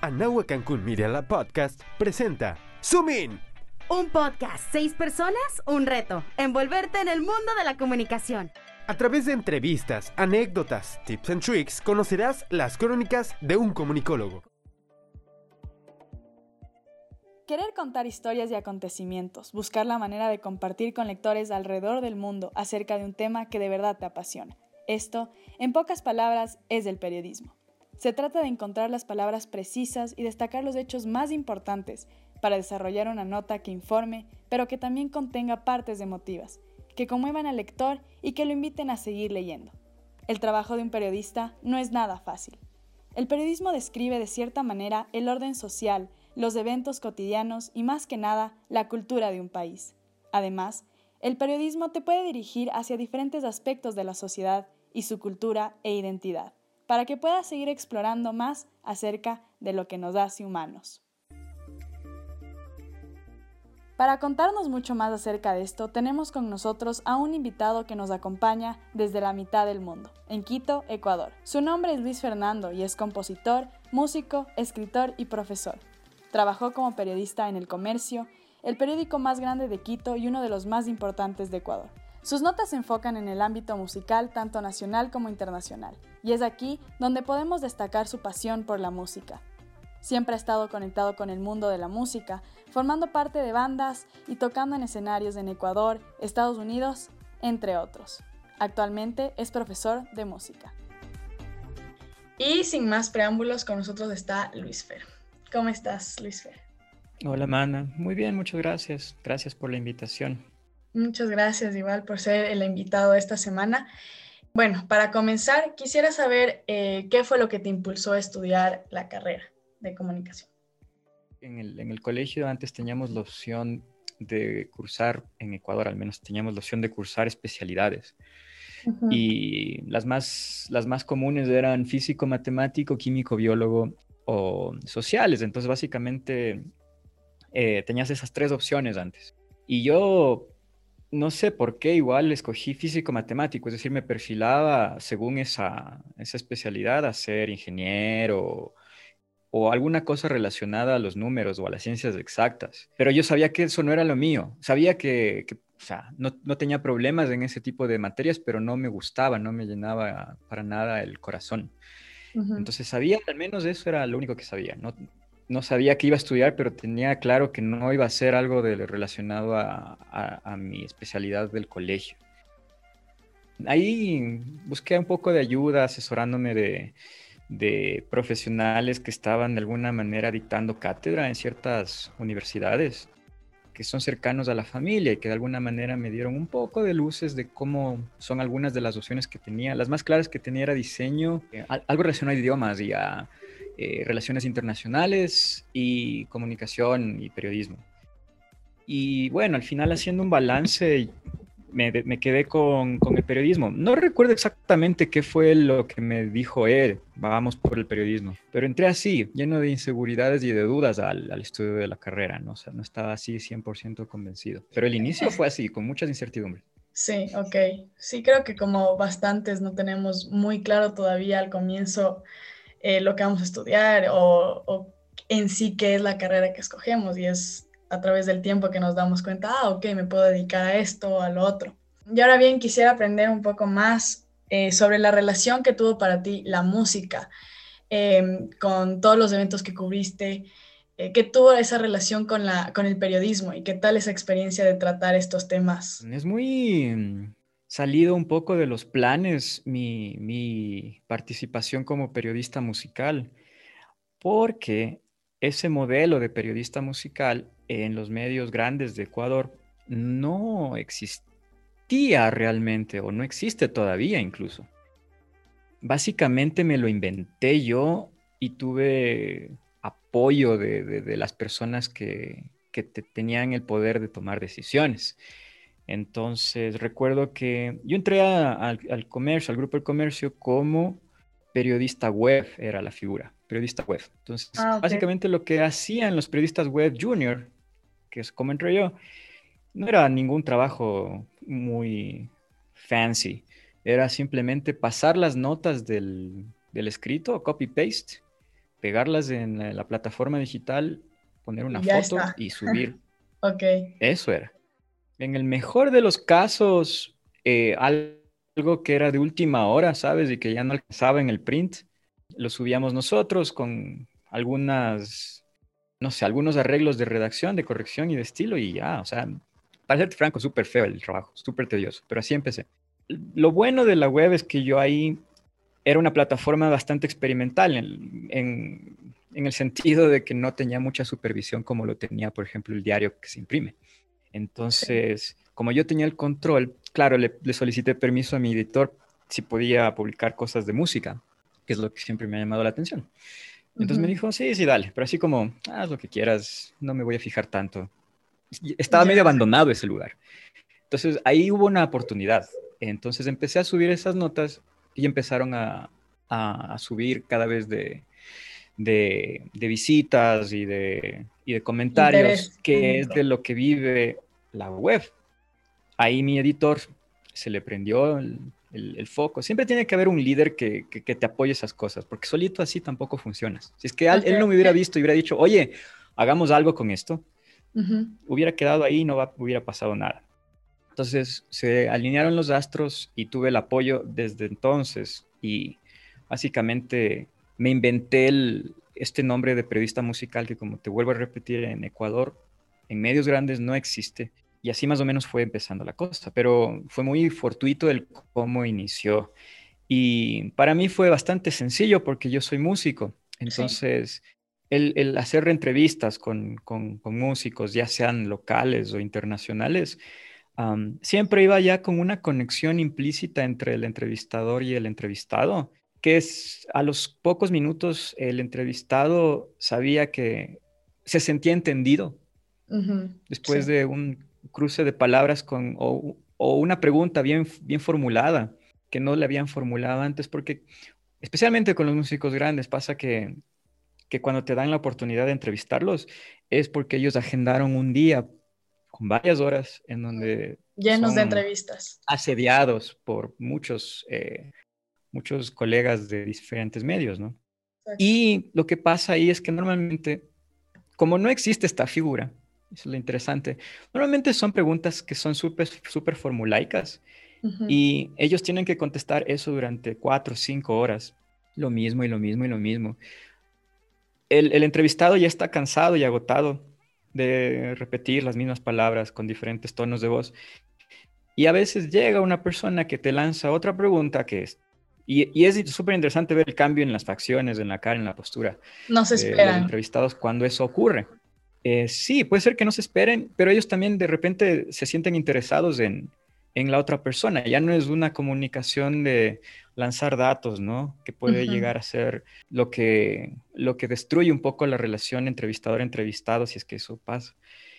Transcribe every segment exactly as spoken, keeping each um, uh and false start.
Anahua Cancún Media Lab Podcast presenta Zoom In. Un podcast, seis personas, un reto, envolverte en el mundo de la comunicación. A través de entrevistas, anécdotas, tips and tricks, conocerás las crónicas de un comunicólogo. Querer contar historias y acontecimientos, buscar la manera de compartir con lectores alrededor del mundo acerca de un tema que de verdad te apasiona. Esto, en pocas palabras, es el periodismo. Se trata de encontrar las palabras precisas y destacar los hechos más importantes para desarrollar una nota que informe, pero que también contenga partes emotivas, que conmuevan al lector y que lo inviten a seguir leyendo. El trabajo de un periodista no es nada fácil. El periodismo describe de cierta manera el orden social, los eventos cotidianos y más que nada la cultura de un país. Además, el periodismo te puede dirigir hacia diferentes aspectos de la sociedad y su cultura e identidad, para que puedas seguir explorando más acerca de lo que nos hace humanos. Para contarnos mucho más acerca de esto, tenemos con nosotros a un invitado que nos acompaña desde la mitad del mundo, en Quito, Ecuador. Su nombre es Luis Fernando y es compositor, músico, escritor y profesor. Trabajó como periodista en El Comercio, el periódico más grande de Quito y uno de los más importantes de Ecuador. Sus notas se enfocan en el ámbito musical tanto nacional como internacional, y es aquí donde podemos destacar su pasión por la música. Siempre ha estado conectado con el mundo de la música, formando parte de bandas y tocando en escenarios en Ecuador, Estados Unidos, entre otros. Actualmente es profesor de música. Y sin más preámbulos, con nosotros está Luis Fer. ¿Cómo estás, Luis Fer? Hola, Mana. Muy bien, muchas gracias. Gracias por la invitación. Muchas gracias, igual, por ser el invitado esta semana. Bueno, para comenzar, quisiera saber eh, qué fue lo que te impulsó a estudiar la carrera de comunicación. En el, en el colegio antes teníamos la opción de cursar, en Ecuador al menos teníamos la opción de cursar especialidades. Uh-huh. Y las más, las más comunes eran físico, matemático, químico, biólogo o sociales. Entonces, básicamente, eh, tenías esas tres opciones antes. Y yo... no sé por qué igual escogí físico-matemático, es decir, me perfilaba según esa, esa especialidad a ser ingeniero o alguna cosa relacionada a los números o a las ciencias exactas. Pero yo sabía que eso no era lo mío. Sabía que, que o sea, no, no tenía problemas en ese tipo de materias, pero no me gustaba, no me llenaba para nada el corazón. Uh-huh. Entonces sabía, al menos eso era lo único que sabía, ¿no? No sabía qué iba a estudiar, pero tenía claro que no iba a ser algo de, relacionado a, a, a mi especialidad del colegio. Ahí busqué un poco de ayuda, asesorándome de, de profesionales que estaban de alguna manera dictando cátedra en ciertas universidades que son cercanos a la familia y que de alguna manera me dieron un poco de luces de cómo son algunas de las opciones que tenía. Las más claras que tenía era diseño, eh, algo relacionado a idiomas y a eh, relaciones internacionales y comunicación y periodismo. Y bueno, al final haciendo un balance me, me quedé con, con el periodismo. No recuerdo exactamente qué fue lo que me dijo él, vamos por el periodismo, pero entré así, lleno de inseguridades y de dudas al, al estudio de la carrera, ¿no? O sea, no estaba así cien por ciento convencido, pero el inicio fue así, con muchas incertidumbres. Sí, ok. Sí, creo que como bastantes no tenemos muy claro todavía al comienzo eh, lo que vamos a estudiar o, o en sí qué es la carrera que escogemos, y es a través del tiempo que nos damos cuenta, ah, ok, me puedo dedicar a esto o a lo otro. Y ahora bien, quisiera aprender un poco más eh, sobre la relación que tuvo para ti la música, eh, con todos los eventos que cubriste, eh, qué tuvo esa relación con, la, con el periodismo y qué tal esa experiencia de tratar estos temas. Es muy salido un poco de los planes mi, mi participación como periodista musical, porque ese modelo de periodista musical en los medios grandes de Ecuador no existía realmente o no existe todavía incluso. Básicamente me lo inventé yo y tuve apoyo de, de, de las personas que, que te, tenían el poder de tomar decisiones. Entonces recuerdo que yo entré a, a, al comercio, al grupo del comercio como periodista web, era la figura, periodista web. Entonces, ah, okay. Básicamente lo que hacían los periodistas web junior, que es como entré yo, no era ningún trabajo muy fancy, era simplemente pasar las notas del, del escrito, copy-paste, pegarlas en la, la plataforma digital, poner una Ya foto está. y subir. Ok. Eso era. En el mejor de los casos, eh, algo que era de última hora, ¿sabes? Y que ya no alcanzaba en el print, lo subíamos nosotros con algunas, no sé, algunos arreglos de redacción, de corrección y de estilo y ya, o sea, para serte franco, súper feo el trabajo, súper tedioso, pero así empecé. Lo bueno de la web es que yo ahí era una plataforma bastante experimental en, en, en el sentido de que no tenía mucha supervisión como lo tenía, por ejemplo, el diario que se imprime. Entonces, sí. Como yo tenía el control, claro, le, le solicité permiso a mi editor si podía publicar cosas de música, que es lo que siempre me ha llamado la atención. Entonces uh-huh. me dijo, sí, sí, dale, pero así como, haz lo que quieras, no me voy a fijar tanto. Estaba ya. medio abandonado ese lugar. Entonces, ahí hubo una oportunidad. Entonces, empecé a subir esas notas y empezaron a, a, a subir cada vez de, de, de visitas y de, y de comentarios, Interés. que es de lo que vive la web. Ahí mi editor se le prendió el, el, el foco. Siempre tiene que haber un líder que, que, que te apoye esas cosas, porque solito así tampoco funcionas. Si es que okay. él no me hubiera visto y hubiera dicho, oye, hagamos algo con esto, uh-huh. hubiera quedado ahí y no va, hubiera pasado nada. Entonces se alinearon los astros y tuve el apoyo desde entonces y básicamente me inventé el, este nombre de periodista musical que, como te vuelvo a repetir, en Ecuador, en medios grandes no existe. Y así más o menos fue empezando la cosa, pero fue muy fortuito el cómo inició. Y para mí fue bastante sencillo porque yo soy músico. Entonces, sí. el, el hacer entrevistas con, con, con músicos, ya sean locales o internacionales, um, siempre iba ya con una conexión implícita entre el entrevistador y el entrevistado, que es a los pocos minutos el entrevistado sabía que se sentía entendido. Uh-huh. Después sí. de un cruce de palabras con, o, o una pregunta bien, bien formulada que no le habían formulado antes, porque especialmente con los músicos grandes pasa que, que cuando te dan la oportunidad de entrevistarlos es porque ellos agendaron un día con varias horas en donde llenos son de entrevistas, asediados por muchos, eh, muchos colegas de diferentes medios, ¿no? Exacto. Y lo que pasa ahí es que normalmente, como no existe esta figura, eso es lo interesante. Normalmente son preguntas que son súper súper formulaicas uh-huh. y ellos tienen que contestar eso durante cuatro o cinco horas. Lo mismo y lo mismo y lo mismo. El, el entrevistado ya está cansado y agotado de repetir las mismas palabras con diferentes tonos de voz. Y a veces llega una persona que te lanza otra pregunta que es... Y, y es súper interesante ver el cambio en las facciones, en la cara, en la postura no se de esperan. los entrevistados cuando eso ocurre. Eh, sí, puede ser que no se esperen, pero ellos también de repente se sienten interesados en, en la otra persona. Ya no es una comunicación de lanzar datos, ¿no? Que puede uh-huh. llegar a ser lo que, lo que destruye un poco la relación entrevistador-entrevistado, si es que eso pasa.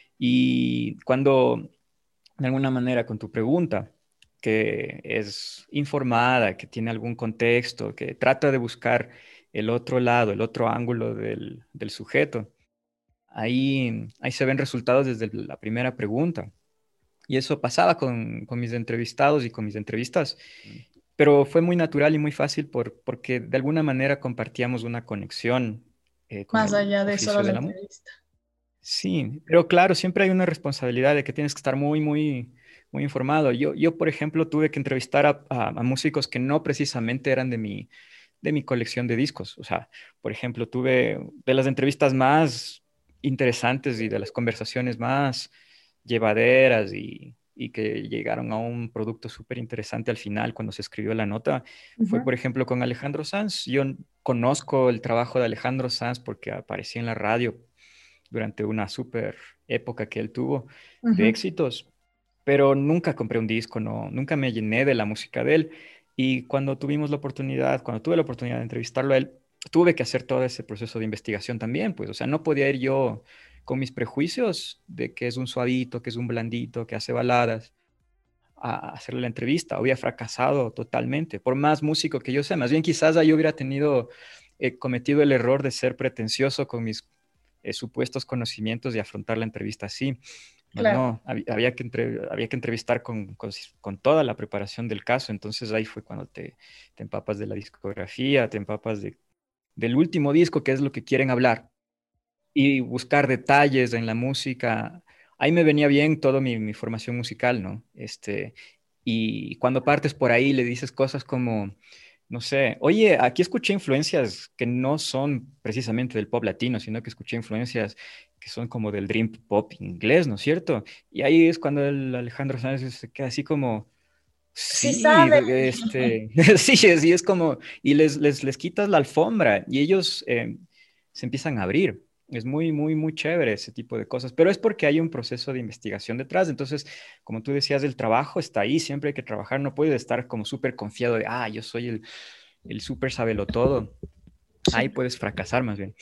Y cuando, de alguna manera, con tu pregunta, que es informada, que tiene algún contexto, que trata de buscar el otro lado, el otro ángulo del, del sujeto, Ahí, ahí se ven resultados desde la primera pregunta. Y eso pasaba con, con mis entrevistados y con mis entrevistas. Pero fue muy natural y muy fácil por, porque de alguna manera compartíamos una conexión. Eh, con Más allá de solo la, la entrevista. Sí, pero claro, siempre hay una responsabilidad de que tienes que estar muy, muy, muy informado. Yo, yo por ejemplo, tuve que entrevistar a, a, a músicos que no precisamente eran de mi, de mi colección de discos. O sea, por ejemplo, tuve de las entrevistas más interesantes y de las conversaciones más llevaderas y, y que llegaron a un producto súper interesante al final cuando se escribió la nota, uh-huh. fue por ejemplo con Alejandro Sanz. Yo conozco el trabajo de Alejandro Sanz porque aparecía en la radio durante una súper época que él tuvo uh-huh. de éxitos, pero nunca compré un disco, no, nunca me llené de la música de él. Y cuando tuvimos la oportunidad, cuando tuve la oportunidad de entrevistarlo a él, tuve que hacer todo ese proceso de investigación también, pues, o sea, no podía ir yo con mis prejuicios de que es un suavito, que es un blandito, que hace baladas, a hacerle la entrevista. Había fracasado totalmente, por más músico que yo sea. Más bien quizás yo hubiera tenido, eh, cometido el error de ser pretencioso con mis eh, supuestos conocimientos y afrontar la entrevista así. Claro. No, había que, entre, había que entrevistar con, con, con toda la preparación del caso. Entonces ahí fue cuando te, te empapas de la discografía, te empapas de del último disco, que es lo que quieren hablar, y buscar detalles en la música. Ahí me venía bien toda mi, mi formación musical, ¿no? Este, y cuando partes por ahí le dices cosas como, no sé, oye, aquí escuché influencias que no son precisamente del pop latino, sino que escuché influencias que son como del dream pop inglés, ¿no es cierto? Y ahí es cuando el Alejandro Sanz se queda así como, Sí sí, sabe. de- este, sí, sí, es como, y les, les, les quitas la alfombra y ellos eh, se empiezan a abrir. Es muy, muy, muy chévere ese tipo de cosas, pero es porque hay un proceso de investigación detrás. Entonces, como tú decías, el trabajo está ahí, siempre hay que trabajar, no puedes estar como súper confiado de, ah, yo soy el, el súper sabelotodo. Ahí Sí. puedes fracasar más bien.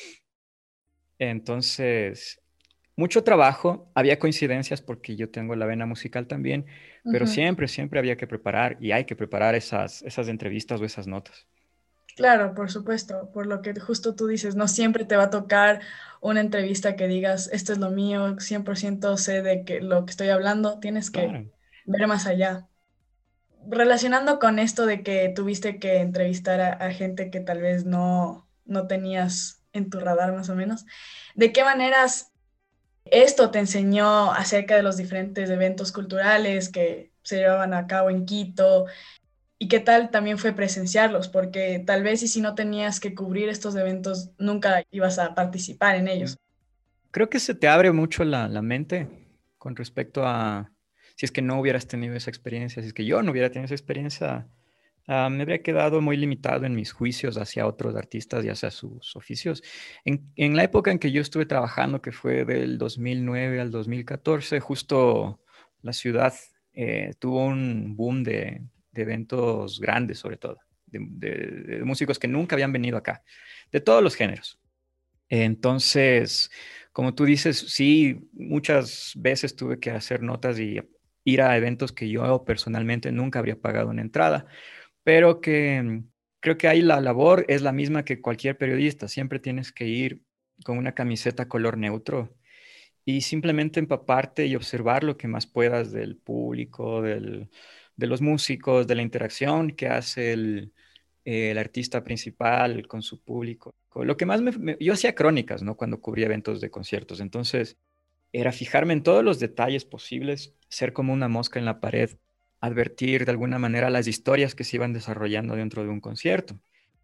Entonces, mucho trabajo, había coincidencias porque yo tengo la vena musical también, pero Ujú. siempre, siempre había que preparar y hay que preparar esas, esas entrevistas o esas notas. Claro, por supuesto, por lo que justo tú dices, no siempre te va a tocar una entrevista que digas, esto es lo mío, cien por ciento sé de que lo que estoy hablando, tienes que Claro. ver más allá. Relacionando con esto de que tuviste que entrevistar a, a gente que tal vez no, no tenías en tu radar más o menos, ¿de qué maneras esto te enseñó acerca de los diferentes eventos culturales que se llevaban a cabo en Quito? ¿Y qué tal también fue presenciarlos? Porque tal vez y si no tenías que cubrir estos eventos, nunca ibas a participar en ellos. Creo que se te abre mucho la, la mente con respecto a si es que no hubieras tenido esa experiencia, si es que yo no hubiera tenido esa experiencia, ah, me habría quedado muy limitado en mis juicios hacia otros artistas y hacia sus oficios. En, en la época en que yo estuve trabajando, que fue del dos mil nueve al dos mil catorce, justo la ciudad eh, tuvo un boom de, de eventos grandes, sobre todo, de, de- de músicos que nunca habían venido acá, de todos los géneros. Entonces, como tú dices, sí, muchas veces tuve que hacer notas y ir a eventos que yo personalmente nunca habría pagado una entrada, pero que mm, creo que ahí la labor es la misma que cualquier periodista. Siempre tienes que ir con una camiseta color neutro y simplemente empaparte y observar lo que más puedas del público, del, de los músicos, de la interacción que hace el, eh, el artista principal con su público. Lo que más me, me- yo hacía crónicas, ¿no? Cuando cubría eventos de conciertos. Entonces, era fijarme en todos los detalles posibles, ser como una mosca en la pared, advertir de alguna manera las historias que se iban desarrollando dentro de un concierto.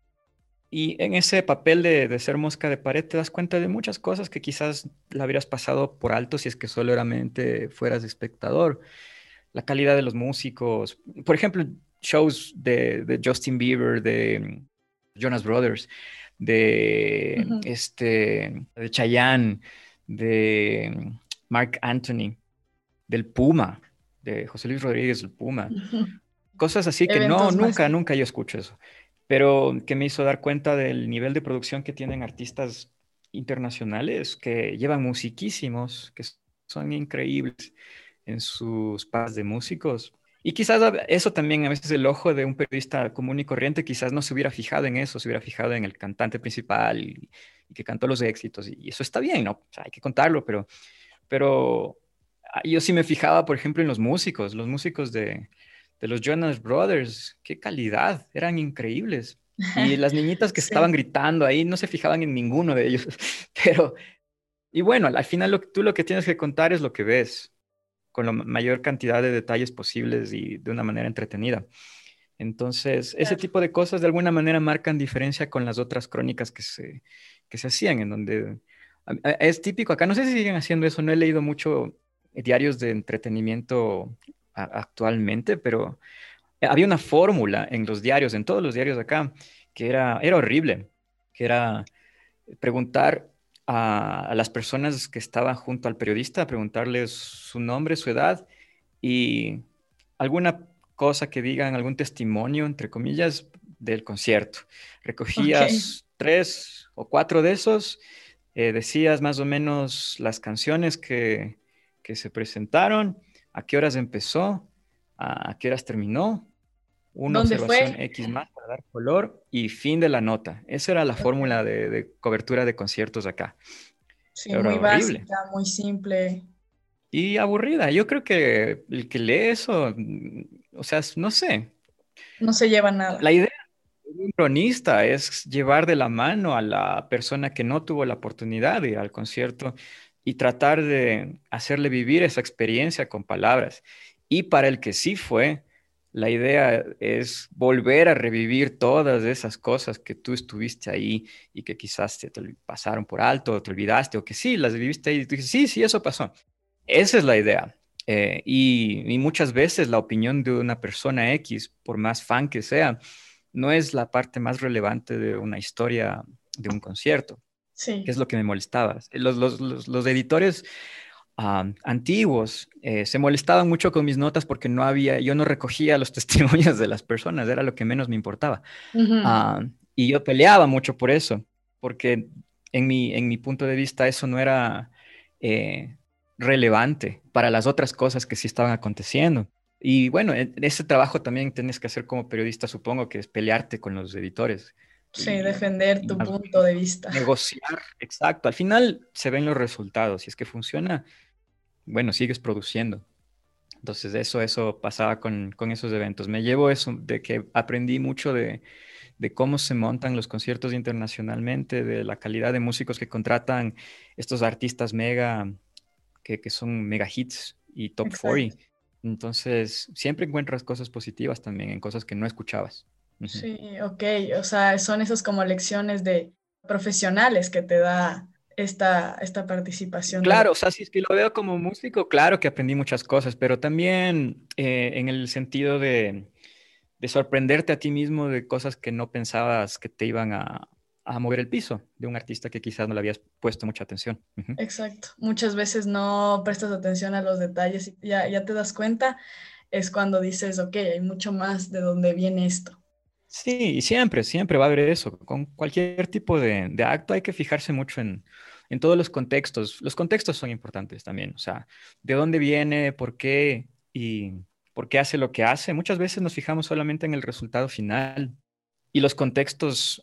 Y en ese papel de, de ser mosca de pared te das cuenta de muchas cosas que quizás la habrías pasado por alto si es que solamente fueras espectador. La calidad de los músicos, por ejemplo, shows de, de Justin Bieber, de Jonas Brothers, de, Ujú. este, de Chayanne, de Mark Anthony, del Puma, de José Luis Rodríguez, el Puma. Cosas así que no, Eventos nunca, masivos. nunca yo escucho eso, pero que me hizo dar cuenta del nivel de producción que tienen artistas internacionales que llevan musiquísimos, que son increíbles en sus pares de músicos. Y quizás a- eso también, a veces el ojo de un periodista común y corriente, quizás no se hubiera fijado en eso, se hubiera fijado en el cantante principal y, y que cantó los éxitos. Y eso está bien, ¿no? O sea, hay que contarlo, pero, pero ah, yo sí me fijaba, por ejemplo, en los músicos, los músicos de, de los Jonas Brothers, qué calidad, eran increíbles. Y las niñitas que estaban Sí, gritando ahí no se fijaban en ninguno de ellos, pero, y bueno, al al final lo, que- tú lo que tienes que contar es lo que ves, con la mayor cantidad de detalles posibles y de una manera entretenida. Entonces, ese claro. tipo de cosas de alguna manera marcan diferencia con las otras crónicas que se, que se hacían, en donde a- a- es típico, acá no sé si siguen haciendo eso, no he leído mucho diarios de entretenimiento a- actualmente, pero había una fórmula en los diarios, en todos los diarios de acá, que era, era horrible, que era preguntar a, a las personas que estaban junto al periodista, preguntarles su nombre, su edad y alguna cosa que digan, algún testimonio, entre comillas, del concierto. Ok. Recogías tres o cuatro de esos, eh, decías más o menos las canciones que, que se presentaron, a qué horas empezó, a, a qué horas terminó, una ¿Dónde observación fue? X más para dar color y fin de la nota. Esa era la Ok. fórmula de, de cobertura de conciertos acá. Sí, muy Era horrible básica, muy simple. y aburrida. Yo creo que el que lee eso, mm, o sea, no sé, No se lleva la nada. idea, un cronista es llevar de la mano a la persona que no tuvo la oportunidad de ir al concierto y tratar de hacerle vivir esa experiencia con palabras. Y para el que sí fue, la idea es volver a revivir todas esas cosas que tú estuviste ahí y que quizás te, te pasaron por alto, o te olvidaste, o que sí, las viviste ahí y tú dices, sí, sí, eso pasó. Esa es la idea. Eh, y, y muchas veces la opinión de una persona X, por más fan que sea, no es la parte más relevante de una historia, de un concierto, que Sí, es lo que me molestaba. Los, los, los, los editores um, antiguos eh, se molestaban mucho con mis notas porque no había, yo no recogía los testimonios de las personas, era lo que menos me importaba. ujú, Uh, y yo peleaba mucho por eso, porque en mi, en mi punto de vista eso no era eh, relevante para las otras cosas que sí estaban aconteciendo. Y bueno, e- ese trabajo también tienes que hacer como periodista, supongo, que es pelearte con los editores sí, y, defender y tu más punto de vista. negociar. Exacto, al final se ven los resultados. Si es que funciona, bueno, sigues produciendo. Entonces eso, eso pasaba con, con esos eventos. Me llevo eso de que aprendí mucho de, de cómo se montan los conciertos internacionalmente, de la calidad de músicos que contratan estos artistas mega, que, que son mega hits y top Exacto. cuarenta. Entonces, siempre encuentras cosas positivas también en cosas que no escuchabas. Ujú. Sí, ok. O sea, son esas como lecciones de profesionales que te da esta, esta participación de Claro, los... o sea, si es que lo veo como músico, claro que aprendí muchas cosas, pero también eh, en el sentido de, de sorprenderte a ti mismo de cosas que no pensabas que te iban a, a mover el piso, de un artista que quizás no le habías puesto mucha atención. Ujú. Exacto. Muchas veces no prestas atención a los detalles y ya, ya te das cuenta, es cuando dices, ok, hay mucho más de dónde viene esto. Sí, y siempre, siempre va a haber eso. Con cualquier tipo de, de acto hay que fijarse mucho en, en todos los contextos. Los contextos son importantes también, o sea, de dónde viene, por qué y por qué hace lo que hace. Muchas veces nos fijamos solamente en el resultado final y los contextos,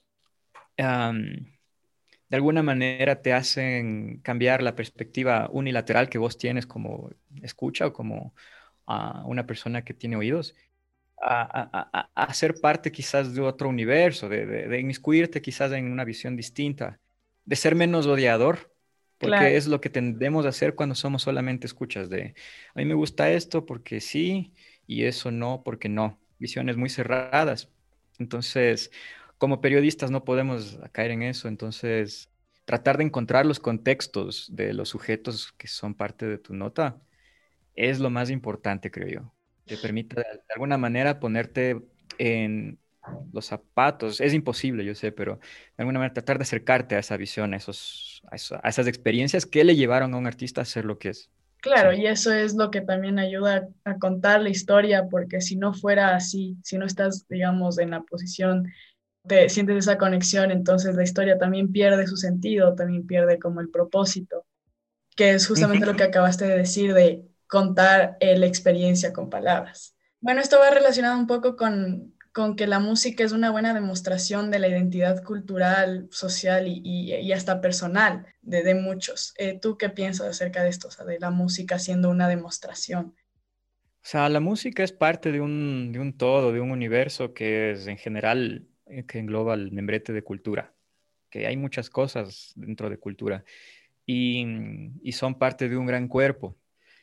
am, de alguna manera te hacen cambiar la perspectiva unilateral que vos tienes como escucha o como ah, una persona que tiene oídos a, a- a- a ser parte quizás de otro universo, de, de, de inmiscuirte quizás en una visión distinta, de ser menos odiador, porque Claro, es lo que tendemos a hacer cuando somos solamente escuchas de, a mí me gusta esto porque sí, y eso no porque no, visiones muy cerradas. Entonces, como periodistas no podemos caer en eso, entonces tratar de encontrar los contextos de los sujetos que son parte de tu nota es lo más importante, creo yo. Te permite de, de alguna manera ponerte en los zapatos. Es imposible, yo sé, pero de alguna manera tratar de acercarte a esa visión, a, esos, a, eso- a esas experiencias que le llevaron a un artista a ser lo que es. claro, Sí. y eso es lo que también ayuda a contar la historia, porque si no fuera así, si no estás, digamos, en la posición, te sientes esa conexión, entonces la historia también pierde su sentido, también pierde como el propósito, que es justamente lo Ujú. que acabaste de decir de contar eh, la experiencia con palabras. Bueno, esto va relacionado un poco con, con que la música es una buena demostración de la identidad cultural, social y, y- y hasta personal de, de muchos. Eh, ¿tú qué piensas acerca de esto, o sea, de la música siendo una demostración? O sea, la música es parte de un, de un todo, de un universo que es en general, eh, que engloba el membrete de cultura, que hay muchas cosas dentro de cultura y, y son parte de un gran cuerpo.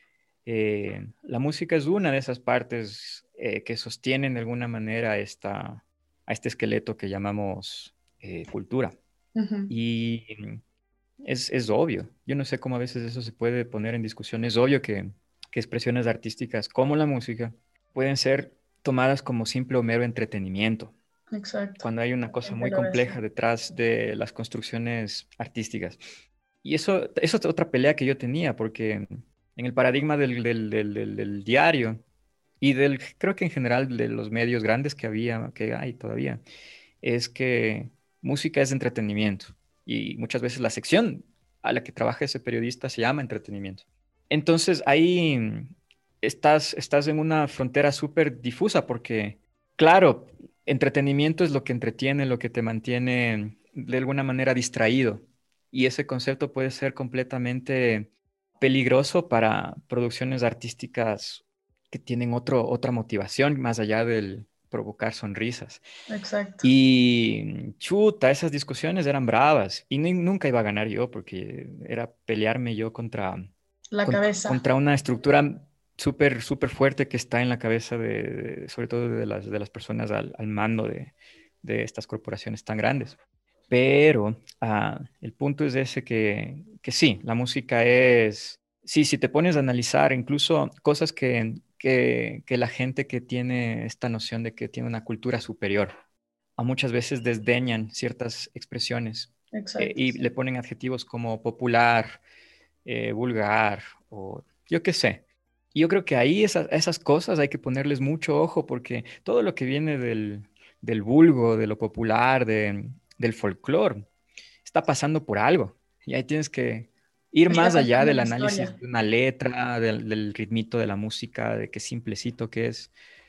Eh, la música es una de esas partes eh, que sostienen de alguna manera esta, a este esqueleto que llamamos eh, cultura. Ujú. Y es, es obvio, yo no sé cómo a veces eso se puede poner en discusión, es obvio que, que expresiones artísticas como la música pueden ser tomadas como simple o mero entretenimiento, Exacto. cuando hay una La cosa gente muy lo ve así. compleja detrás de las construcciones artísticas. Y eso, eso es otra pelea que yo tenía, porque en el paradigma del, del, del, del- del diario y del, creo que en general de los medios grandes que había, que hay todavía, es que música es entretenimiento. Y muchas veces la sección a la que trabaja ese periodista se llama entretenimiento. Entonces ahí estás, estás en una frontera súper difusa porque, claro, entretenimiento es lo que entretiene, lo que te mantiene de alguna manera distraído. Y ese concepto puede ser completamente peligroso para producciones artísticas que tienen otro, otra motivación más allá del, provocar sonrisas. Exacto. Y chuta, esas discusiones eran bravas y ni- nunca iba a ganar yo porque era pelearme yo contra, La con- cabeza. contra una estructura súper, súper fuerte que está en la cabeza de, de- sobre todo de las, de las personas al, al mando de, de estas corporaciones tan grandes. Pero ah, el punto es ese que, que sí, la música es, sí, si te pones a analizar incluso cosas que, que, que la gente que tiene esta noción de que tiene una cultura superior, a muchas veces desdeñan ciertas expresiones eh, Exacto, y sí. le ponen adjetivos como popular, eh, vulgar o yo qué sé. Y yo creo que ahí esas, esas cosas hay que ponerles mucho ojo porque todo lo que viene del, del vulgo, de lo popular, de, del folclore, está pasando por algo. Y ahí tienes que ir Está más allá contando del una análisis historia. de una letra, del, del ritmito de la música, de qué simplecito que es.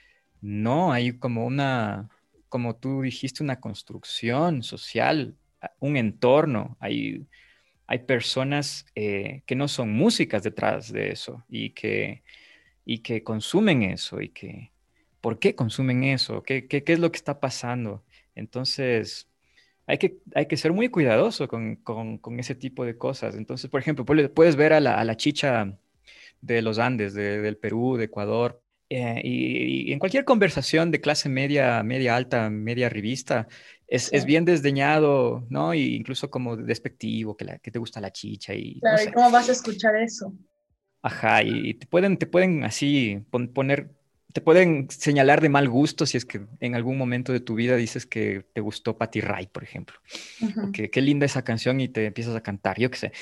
No, hay como una, como tú dijiste, una construcción social, a- un entorno. Hay, hay personas eh, que no son músicas detrás de eso y que, y que consumen eso y que, ¿por qué consumen eso? ¿Qué, qué, qué es lo que está pasando? Entonces, hay que, hay que ser muy cuidadoso con, con, con ese tipo de cosas. Entonces, por ejemplo, puedes puedes ver a la, a la chicha de los Andes, de- del Perú, de Ecuador. Eh, y, y en cualquier conversación de clase media, media alta, media revista, es, Sí. es bien desdeñado, ¿no? Y incluso como despectivo, que, la, que te gusta la chicha y no Claro, ¿y sé. cómo vas a escuchar eso? Ajá, y, y te pueden, te pueden así pon- poner, te pueden señalar de mal gusto si es que en algún momento de tu vida dices que te gustó Patti Ray, por ejemplo, o Ujú. que qué linda esa canción y te empiezas a cantar, yo qué sé.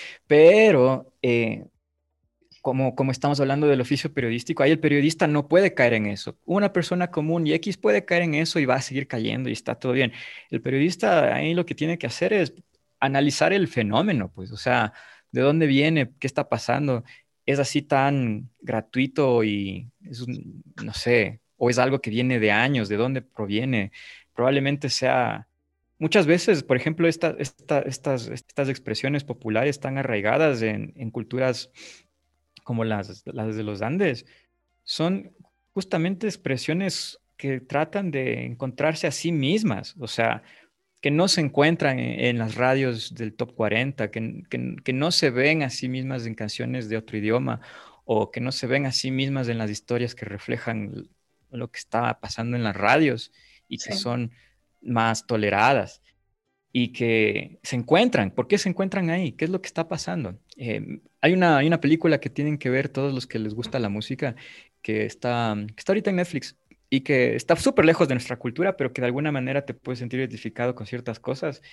Pero eh, como, como estamos hablando del oficio periodístico, ahí el periodista no puede caer en eso. Una persona común y X puede caer en eso y va a seguir cayendo y está todo bien. El periodista ahí lo que tiene que hacer es analizar el fenómeno, pues, o sea, de dónde viene, qué está pasando. ¿Es así tan gratuito y es un, no sé, o es algo que viene de años, de dónde proviene? Probablemente sea... Muchas veces, por ejemplo, esta- esta- estas, estas expresiones populares están arraigadas en, en culturas como las, las de los Andes, son justamente expresiones que tratan de encontrarse a sí mismas, o sea, que no se encuentran en, en las radios del top cuarenta, que, que, que no se ven a sí mismas en canciones de otro idioma o que no se ven a sí mismas en las historias que reflejan lo que está pasando en las radios y que Sí. son más toleradas y que se encuentran. ¿Por qué se encuentran ahí? ¿Qué es lo que está pasando? Eh, hay una, hay una película que tienen que ver todos los que les gusta la música, que está, que está ahorita en Netflix y que está súper lejos de nuestra cultura, pero que de alguna manera te puedes sentir identificado con ciertas cosas,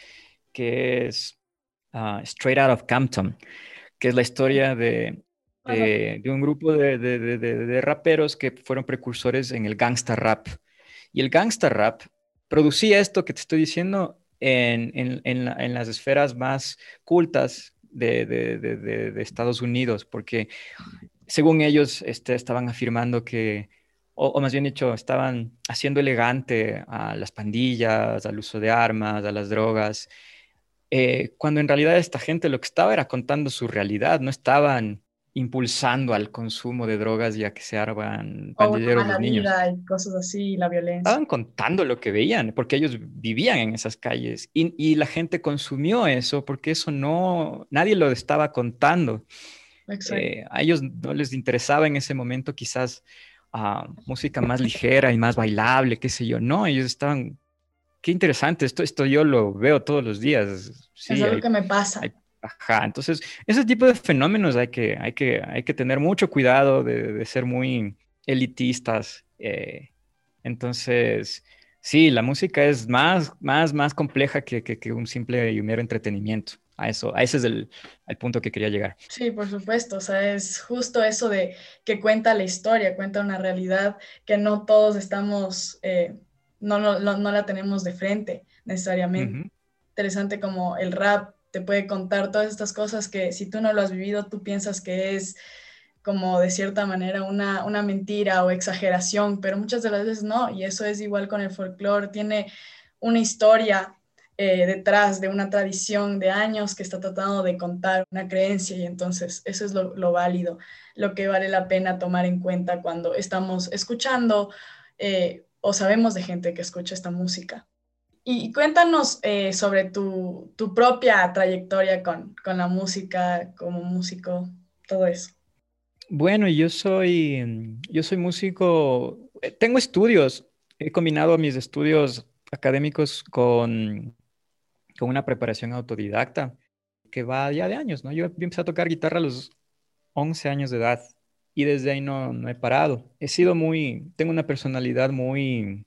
que es uh, Straight Out of Compton, que es la historia de, Ajá. de, de un grupo de, de, de, de raperos que fueron precursores en el gangsta rap. Y el gangsta rap producía esto que te estoy diciendo en, en, en, la, en las esferas más cultas de, de, de, de, de Estados Unidos, porque según ellos este, estaban afirmando que, o, o más bien dicho, estaban haciendo elegante a las pandillas, al uso de armas, a las drogas, eh, cuando en realidad esta gente lo que estaba era contando su realidad, no estaban impulsando al consumo de drogas y a que se arman O una pandilleros mala los niños. vida y cosas así, y la violencia. Estaban contando lo que veían, porque ellos vivían en esas calles y, y la gente consumió eso porque eso no, nadie lo estaba contando. Exacto. Eh, a ellos no les interesaba en ese momento quizás ah, música más ligera y más bailable, qué sé yo. No, ellos estaban, qué interesante, esto, esto yo lo veo todos los días. Es Sí, algo hay, que me pasa. hay, ajá. Entonces, ese tipo de fenómenos hay que, hay que, hay que tener mucho cuidado de, de ser muy elitistas. eh, entonces, sí, la música es más, más, más compleja que, que, que un simple y un mero entretenimiento. A eso, a ese es el, el punto que quería llegar. Sí, por supuesto. O sea, es justo eso de que cuenta la historia, cuenta una realidad que no todos estamos, eh, no, no, no, no la tenemos de frente necesariamente. Ujú. Interesante como el rap te puede contar todas estas cosas que si tú no lo has vivido, tú piensas que es como de cierta manera una, una mentira o exageración, pero muchas de las veces no, y eso es igual con el folclore, tiene una historia eh, detrás de una tradición de años que está tratando de contar una creencia y entonces eso es lo, lo válido, lo que vale la pena tomar en cuenta cuando estamos escuchando eh, o sabemos de gente que escucha esta música. Y cuéntanos eh, sobre tu, tu propia trayectoria con, con la música, como músico, todo eso. Bueno, yo soy, yo soy músico, eh, tengo estudios, he combinado mis estudios académicos con, con una preparación autodidacta que va ya de años, ¿no? Yo empecé a tocar guitarra a los once años de edad y desde ahí no, no he parado. He sido muy, tengo una personalidad muy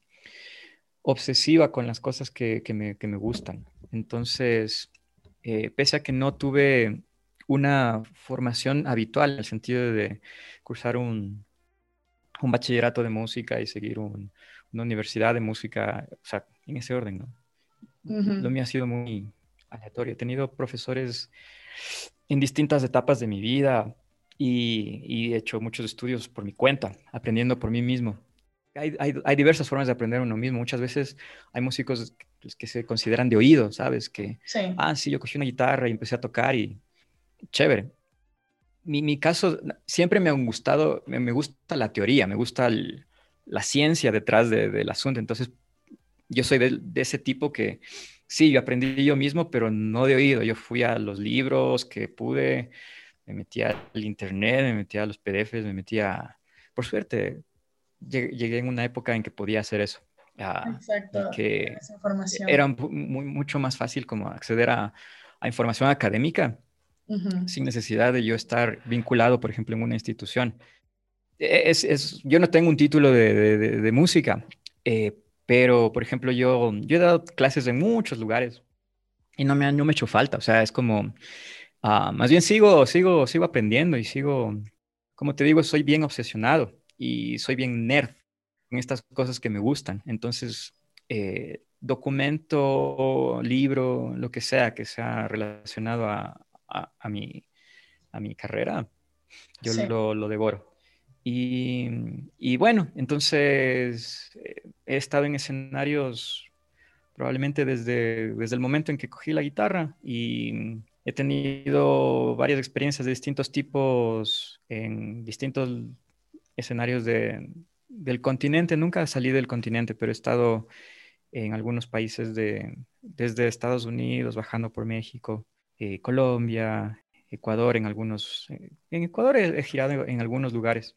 obsesiva con las cosas que, que me, que me gustan. Entonces, eh, pese a que no tuve una formación habitual en el sentido de cursar un, un bachillerato de música y seguir un- una universidad de música, o sea, en ese orden, ¿no? Lo Ujú. mío ha sido muy aleatorio. He tenido profesores en distintas etapas de mi vida y, y he hecho muchos estudios por mi cuenta, aprendiendo por mí mismo. Hay, hay, hay diversas formas de aprender uno mismo. Muchas veces hay músicos pues, que se consideran de oído, ¿sabes? Que, Sí, ah, sí, yo cogí una guitarra y empecé a tocar y chévere. Mi, mi caso, siempre me ha gustado, me, me gusta la teoría, me gusta el- la ciencia detrás de- del asunto. Entonces, yo soy de, de ese tipo que, sí, yo aprendí yo mismo, pero no de oído. Yo fui a los libros que pude, me metí al internet, me metí a los P D Fs, me metí a... Por suerte, llegué, llegué en una época en que podía hacer eso. ah, y exacto, que esa información. era mu- muy, mucho más fácil como acceder a, a información académica Ujú. sin necesidad de yo estar vinculado, por ejemplo, en una institución. E, Es, es- yo no tengo un título de, de- de- de música, eh, pero, por ejemplo, yo, yo he dado clases en muchos lugares y no me, ha- no me ha hecho falta. O sea, es como, ah, más bien sigo, sigo, sigo aprendiendo y sigo, como te digo, soy bien obsesionado y soy bien nerd en estas cosas que me gustan. Entonces, eh, documento, libro, lo que sea que sea relacionado a, a, a mi, a mi carrera, yo Sí, lo, lo devoro. Y, y bueno, entonces eh, he estado en escenarios probablemente desde, desde el momento en que cogí la guitarra y he tenido varias experiencias de distintos tipos en distintos escenarios de, del continente. Nunca salí del continente, pero he estado en algunos países de, desde Estados Unidos, bajando por México, eh, Colombia, Ecuador, en algunos, eh, en Ecuador he, he girado en algunos lugares.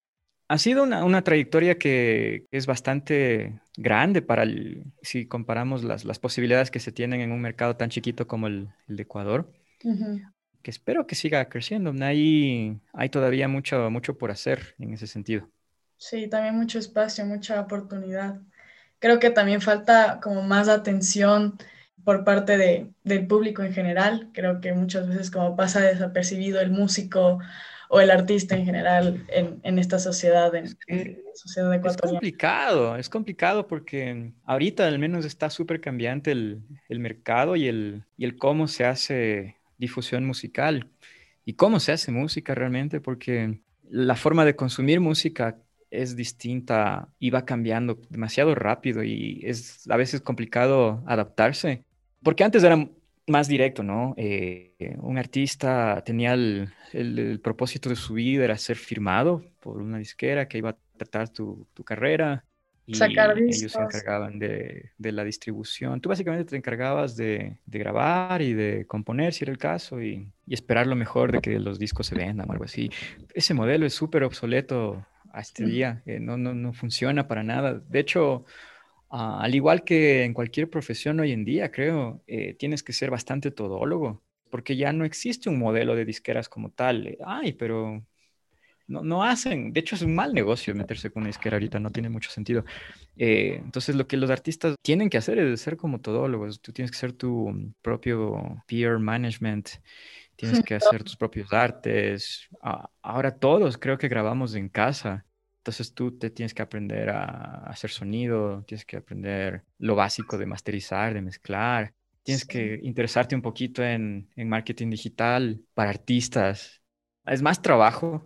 Ha sido una, una trayectoria que es bastante grande para el, si comparamos las, las posibilidades que se tienen en un mercado tan chiquito como el, el de Ecuador, ujú. que espero que siga creciendo. Hay, hay todavía mucho, mucho por hacer en ese sentido. Sí, también mucho espacio, mucha oportunidad. Creo que también falta como más atención por parte de, del público en general. Creo que muchas veces como pasa desapercibido el músico o el artista en general en, en esta sociedad, Es en, en que la sociedad es ecuatoriana. complicado, es complicado porque ahorita al menos está súper cambiante el, el mercado y el, y el cómo se hace difusión musical y cómo se hace música realmente, porque la forma de consumir música es distinta y va cambiando demasiado rápido y es a veces complicado adaptarse, porque antes era más directo, ¿no? Eh, un artista tenía el, el- el propósito de su vida era ser firmado por una disquera que iba a tratar tu, tu carrera Sacar y ellos se discos. encargaban de, de la distribución. Tú básicamente te encargabas de, de grabar y de componer, si era el caso, y, y esperar lo mejor de que los discos se vendan o algo así. Ese modelo es súper obsoleto a este día, eh, no, no, no funciona para nada. De hecho, ah, al igual que en cualquier profesión hoy en día, creo, eh, tienes que ser bastante todólogo, porque ya no existe un modelo de disqueras como tal. Eh, Ay, pero no, no hacen, de hecho es un mal negocio meterse con una disquera ahorita, no tiene mucho sentido. Eh, entonces lo que los artistas tienen que hacer es ser como todólogos, tú tienes que ser tu propio peer management, tienes que hacer tus propios artes. Ah, ahora todos creo que grabamos en casa. Entonces tú te tienes que aprender a hacer sonido, tienes que aprender lo básico de masterizar, de mezclar, tienes Sí. que interesarte un poquito en, en marketing digital para artistas. Es más trabajo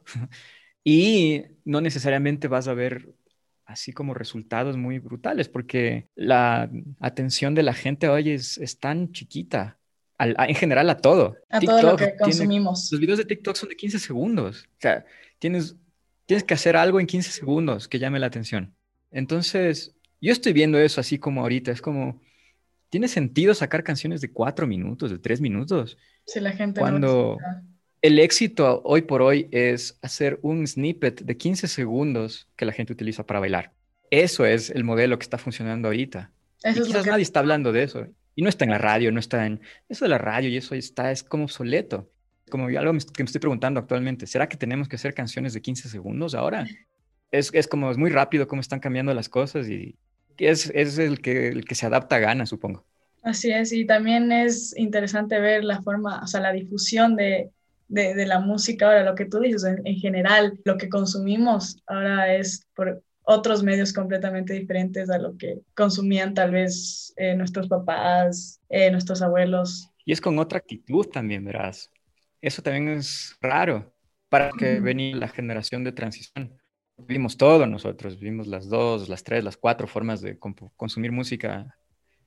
y no necesariamente vas a ver así como resultados muy brutales porque la atención de la gente hoy es, es tan chiquita al- a- en general a todo. A todo lo TikTok que tiene, consumimos. los videos de TikTok son de quince segundos. O sea, tienes, tienes que hacer algo en quince segundos que llame la atención. Entonces, yo estoy viendo eso así como ahorita. Es como, ¿tiene sentido sacar canciones de cuatro minutos, de tres minutos? Si la gente no Cuando necesita. el éxito hoy por hoy es hacer un snippet de quince segundos que la gente utiliza para bailar. Eso es el modelo que está funcionando ahorita. Y Eso es lo quizás que... nadie está hablando de eso. Y no está en la radio, no está en... Eso de la radio y eso está, es como obsoleto. Como algo que me estoy preguntando actualmente. ¿Será que tenemos que hacer canciones de quince segundos ahora? Es, es como, es muy rápido cómo están cambiando las cosas y es, es el que, el que se adapta gana, supongo. Así es, y también es interesante ver la forma, o sea, la difusión de, de, de la música ahora, lo que tú dices, en, en general, lo que consumimos ahora es por otros medios completamente diferentes a lo que consumían tal vez eh, nuestros papás, eh, nuestros abuelos. Y es con otra actitud también, verás. Eso también es raro para que Ujú. venía la generación de transición. Vimos todo nosotros, vimos las dos, las tres, las cuatro formas de comp- consumir música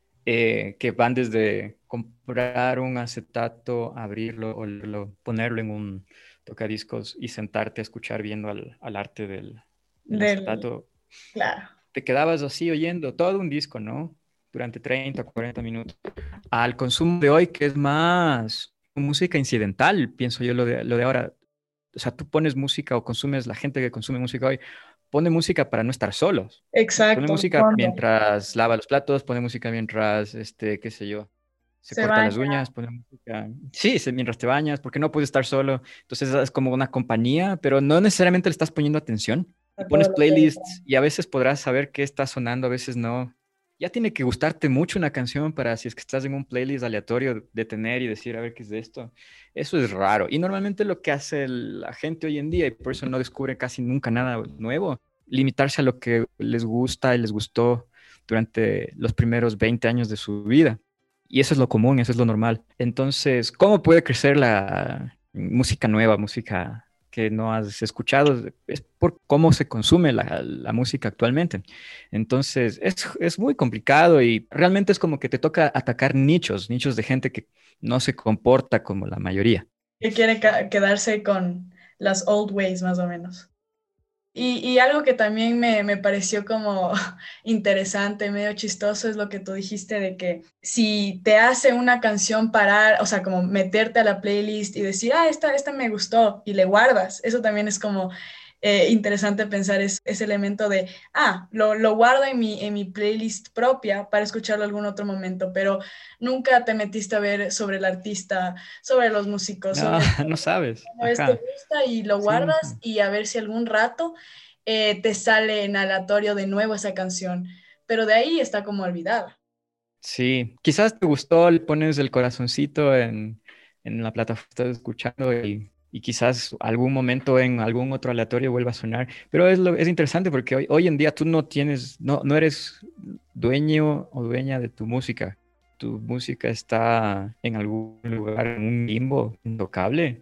eh, que van desde comprar un acetato, abrirlo, olerlo, ponerlo en un tocadiscos y sentarte a escuchar viendo al, al arte del, del Del, acetato. claro, Te quedabas así oyendo todo un disco, ¿no? Durante treinta, cuarenta minutos. Al consumo de hoy, que es más música incidental, pienso yo lo de, lo de ahora. O sea, tú pones música o consumes, la gente que consume música hoy, pone música para no estar solos. Pone exacto, música fondo, mientras lava los platos, pone música mientras, este, qué sé yo, se se corta baña, las uñas, pone música. Sí, se- mientras te bañas, porque no puedes estar solo. Entonces es como una compañía, pero no necesariamente le estás poniendo atención. Y a todo pones lo que playlists y a veces podrás saber qué está sonando, a veces no. Ya tiene que gustarte mucho una canción para, si es que estás en un playlist aleatorio, detener y decir, a ver qué es de esto. Eso es raro. Y normalmente lo que hace el- la gente hoy en día, y por eso no descubre casi nunca nada nuevo, limitarse a lo que les gusta y les gustó durante los primeros veinte años de su vida. Y eso es lo común, eso es lo normal. Entonces, ¿cómo puede crecer la música nueva, música que no has escuchado? Es por cómo se consume la, la música actualmente. Entonces, es, es muy complicado y realmente es como que te toca atacar nichos, nichos de gente que no se comporta como la mayoría. que quiere ca- quedarse con las old ways más o menos. Y, y algo que también me, me pareció como interesante, medio chistoso, es lo que tú dijiste de que si te hace una canción parar, o sea, como meterte a la playlist y decir, ah, esta, esta me gustó y le guardas, eso también es como eh, interesante pensar es, ese elemento de, ah, lo, lo guardo en mi, en mi playlist propia para escucharlo algún otro momento, pero nunca te metiste a ver sobre el artista, sobre los músicos, No, sobre no sabes. una vez te Ajá. gusta y lo Sí, no guardas sabes. y a ver si algún rato eh, te sale en aleatorio de nuevo esa canción, pero de ahí está como olvidada. Sí, quizás te gustó, le pones el corazoncito en, en la plataforma que estás escuchando y, y quizás algún momento en algún otro aleatorio vuelva a sonar. Pero es, lo, es interesante porque hoy, hoy en día tú no tienes, no, no eres dueño o dueña de tu música. Tu música está en algún lugar, en un limbo intocable.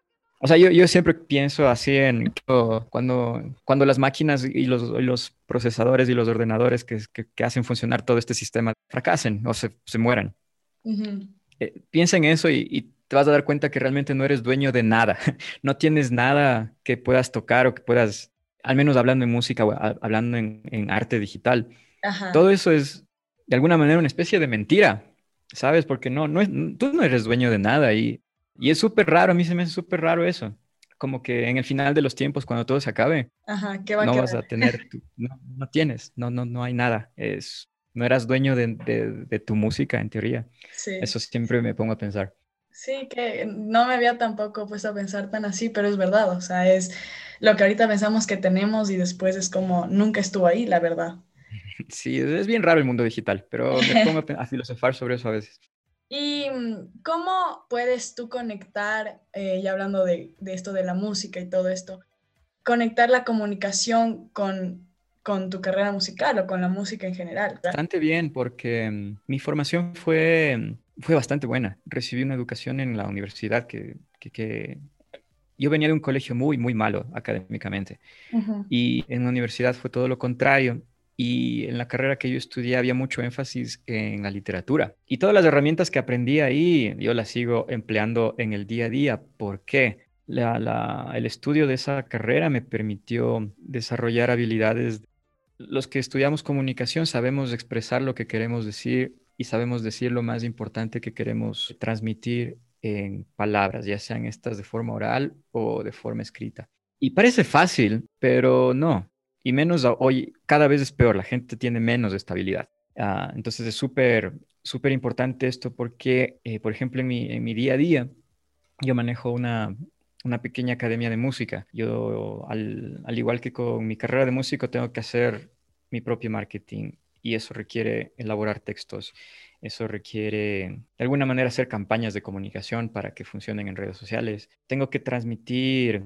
O sea, yo, yo siempre pienso así en o cuando, cuando las máquinas y los, y los procesadores y los ordenadores que, que, que hacen funcionar todo este sistema fracasen o se, se mueran. Ujú. Eh, piensa en eso y, y te vas a dar cuenta que realmente no eres dueño de nada. No tienes nada que puedas tocar o que puedas, al menos hablando en música o a- hablando en, en arte digital. Ajá, Todo eso es de alguna manera una especie de mentira, ¿sabes? Porque no, no es, tú no eres dueño de nada y, y es súper raro, a mí se me hace súper raro eso. Como que en el final de los tiempos, cuando todo se acabe, ajá, ¿qué va a no vas quedar? a tener, tu- no, no tienes, no, no, no hay nada. Es, no eras dueño de, de, de tu música, en teoría. Sí, Eso siempre me pongo a pensar. sí, que no me había tampoco puesto a pensar tan así, pero es verdad, o sea, es lo que ahorita pensamos que tenemos y después es como nunca estuvo ahí, la verdad. Sí, es bien raro el mundo digital, pero me pongo a, pe- a filosofar sobre eso a veces. ¿Y mm, cómo puedes tú conectar, eh, ya hablando de, de esto de la música y todo esto, conectar la comunicación con, con tu carrera musical o con la música en general? ¿Verdad? Bastante bien, porque mm, mi formación fue, mm, fue bastante buena. Recibí una educación en la universidad que, que, que- yo venía de un colegio muy, muy malo académicamente. Ujú. Y en la universidad fue todo lo contrario. Y en la carrera que yo estudié había mucho énfasis en la literatura. Y todas las herramientas que aprendí ahí, yo las sigo empleando en el día a día. ¿Por qué? La- la- el estudio de esa carrera me permitió desarrollar habilidades los que estudiamos comunicación sabemos expresar lo que queremos decir y sabemos decir lo más importante que queremos transmitir en palabras, ya sean estas de forma oral o de forma escrita. Y parece fácil, pero no. Y menos a- hoy, cada vez es peor, la gente tiene menos estabilidad. Ah, entonces es súper, súper importante esto porque, eh, por ejemplo, en mi, en mi día a día, yo manejo una, una pequeña academia de música. Yo, al, al igual que con mi carrera de músico, tengo que hacer mi propio marketing y eso requiere elaborar textos. Eso requiere, de alguna manera, hacer campañas de comunicación para que funcionen en redes sociales. Tengo que transmitir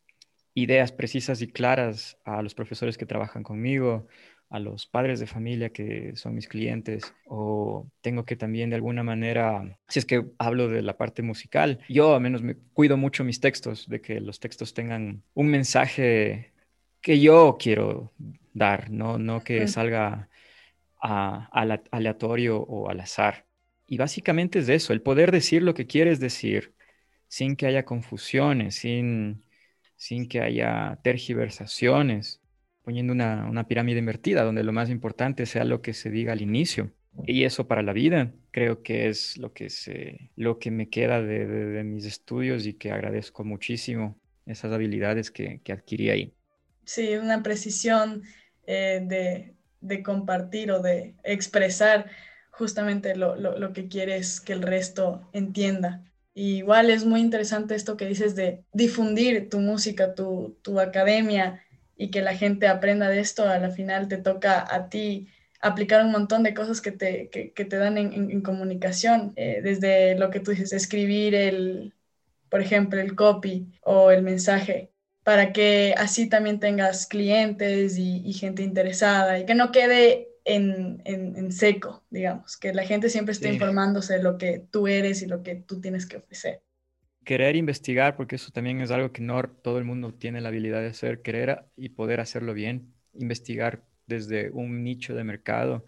ideas precisas y claras a los profesores que trabajan conmigo, a los padres de familia que son mis clientes, o tengo que también de alguna manera, si es que hablo de la parte musical, yo al menos me cuido mucho mis textos, de que los textos tengan un mensaje que yo quiero dar, no, no que Mm. salga a, a aleatorio o al azar. Y básicamente es eso, el poder decir lo que quieres decir sin que haya confusiones, sin, sin que haya tergiversaciones, poniendo una, una pirámide invertida, donde lo más importante sea lo que se diga al inicio. Y eso para la vida creo que es lo que, se, lo que me queda de, de, de mis estudios y que agradezco muchísimo esas habilidades que, que adquirí ahí. Sí, una precisión eh, de, de compartir o de expresar justamente lo, lo, lo que quieres que el resto entienda. Y igual es muy interesante esto que dices de difundir tu música, tu, tu academia y que la gente aprenda de esto. A la final te toca a ti aplicar un montón de cosas que te, que, que te dan en, en, en comunicación, eh, desde lo que tú dices, escribir el, por ejemplo, el copy o el mensaje, para que así también tengas clientes y, y gente interesada y que no quede en, en, en seco, digamos, que la gente siempre esté Sí. informándose de lo que tú eres y lo que tú tienes que ofrecer. Querer investigar, porque eso también es algo que no todo el mundo tiene la habilidad de hacer, querer y poder hacerlo bien, investigar desde un nicho de mercado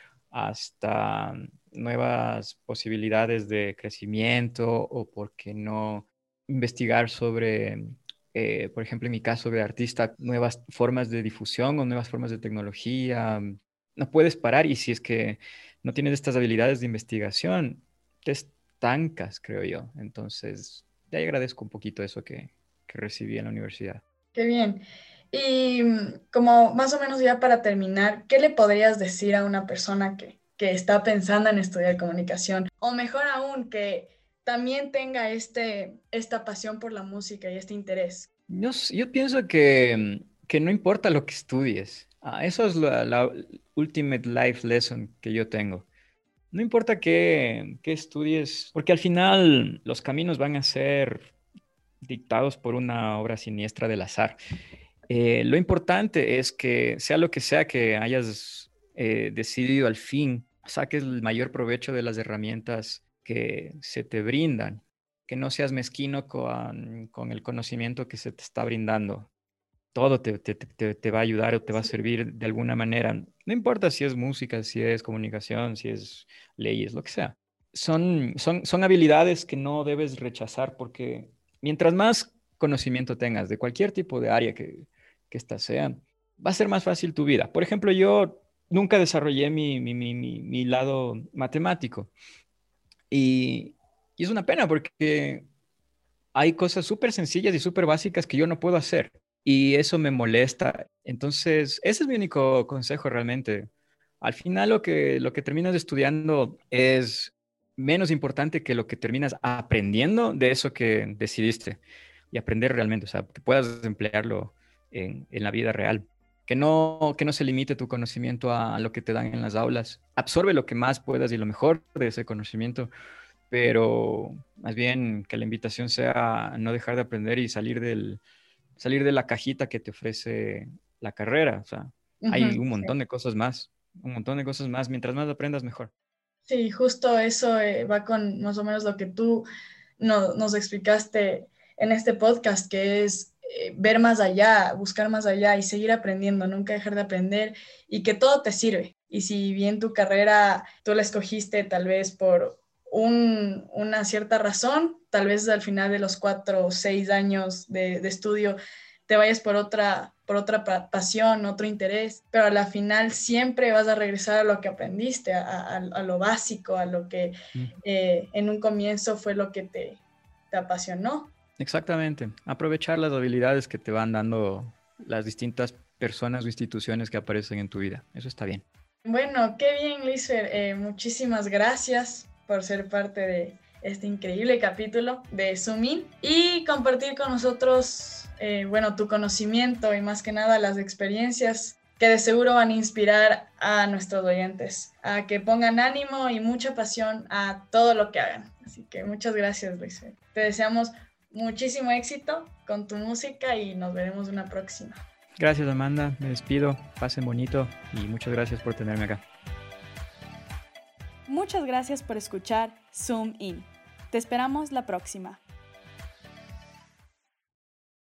hasta nuevas posibilidades de crecimiento o, por qué no, investigar sobre, eh, por ejemplo, en mi caso de artista, nuevas formas de difusión o nuevas formas de tecnología. No puedes parar y si es que no tienes estas habilidades de investigación, te estancas, creo yo. Entonces, te agradezco un poquito eso que, que recibí en la universidad. Qué bien. Y mm, como más o menos ya para terminar, ¿qué le podrías decir a una persona que, que está pensando en estudiar comunicación? O mejor aún, que también tenga este, esta pasión por la música y este interés. Yo, s- yo pienso que, mm, que no importa lo que estudies. Ah, eso es la, la ultimate life lesson que yo tengo. No importa qué, qué estudies, porque al final los caminos van a ser dictados por una obra siniestra del azar. Eh, lo importante es que sea lo que sea que hayas eh, decidido al fin, saques el mayor provecho de las herramientas que se te brindan, que no seas mezquino con, con el conocimiento que se te está brindando. Todo te, te, te, te va a ayudar o te va a servir de alguna manera. No importa si es música, si es comunicación, si es leyes, lo que sea. Son, son, son habilidades que no debes rechazar porque mientras más conocimiento tengas de cualquier tipo de área que, que ésta sea, va a ser más fácil tu vida. Por ejemplo, yo nunca desarrollé mi, mi, mi, mi, mi lado matemático y, y es una pena porque hay cosas súper sencillas y súper básicas que yo no puedo hacer y eso me molesta. Entonces, ese es mi único consejo realmente. Al final lo que, lo que terminas estudiando es menos importante que lo que terminas aprendiendo de eso que decidiste y aprender realmente, o sea, que puedas emplearlo en, en la vida real. Que no, que no se limite tu conocimiento a, a lo que te dan en las aulas. Absorbe lo que más puedas y lo mejor de ese conocimiento, pero más bien que la invitación sea no dejar de aprender y salir del, salir de la cajita que te ofrece la carrera. O sea, hay Ujú, un sí. montón de cosas más, un montón de cosas más. Mientras más aprendas, mejor. Sí, justo eso eh, va con más o menos lo que tú no- nos explicaste en este podcast, que es eh, ver más allá, buscar más allá y seguir aprendiendo, nunca dejar de aprender y que todo te sirve. Y si bien tu carrera tú la escogiste tal vez por un- una cierta razón, tal vez al final de los cuatro o seis años de, de estudio te vayas por otra, por otra pasión, otro interés, pero a la final siempre vas a regresar a lo que aprendiste, a, a, a lo básico, a lo que eh, en un comienzo fue lo que te, te apasionó. Exactamente, aprovechar las habilidades que te van dando las distintas personas o instituciones que aparecen en tu vida, eso está bien. Bueno, qué bien, Lisfer, eh, muchísimas gracias por ser parte de este increíble capítulo de Zoom In y compartir con nosotros, eh, bueno, tu conocimiento y más que nada las experiencias que de seguro van a inspirar a nuestros oyentes, a que pongan ánimo y mucha pasión a todo lo que hagan. Así que muchas gracias, Lisfer. Te deseamos muchísimo éxito con tu música y nos veremos una próxima. Gracias, Amanda, me despido, pasen bonito y muchas gracias por tenerme acá. Muchas gracias por escuchar Zoom In. Te esperamos la próxima.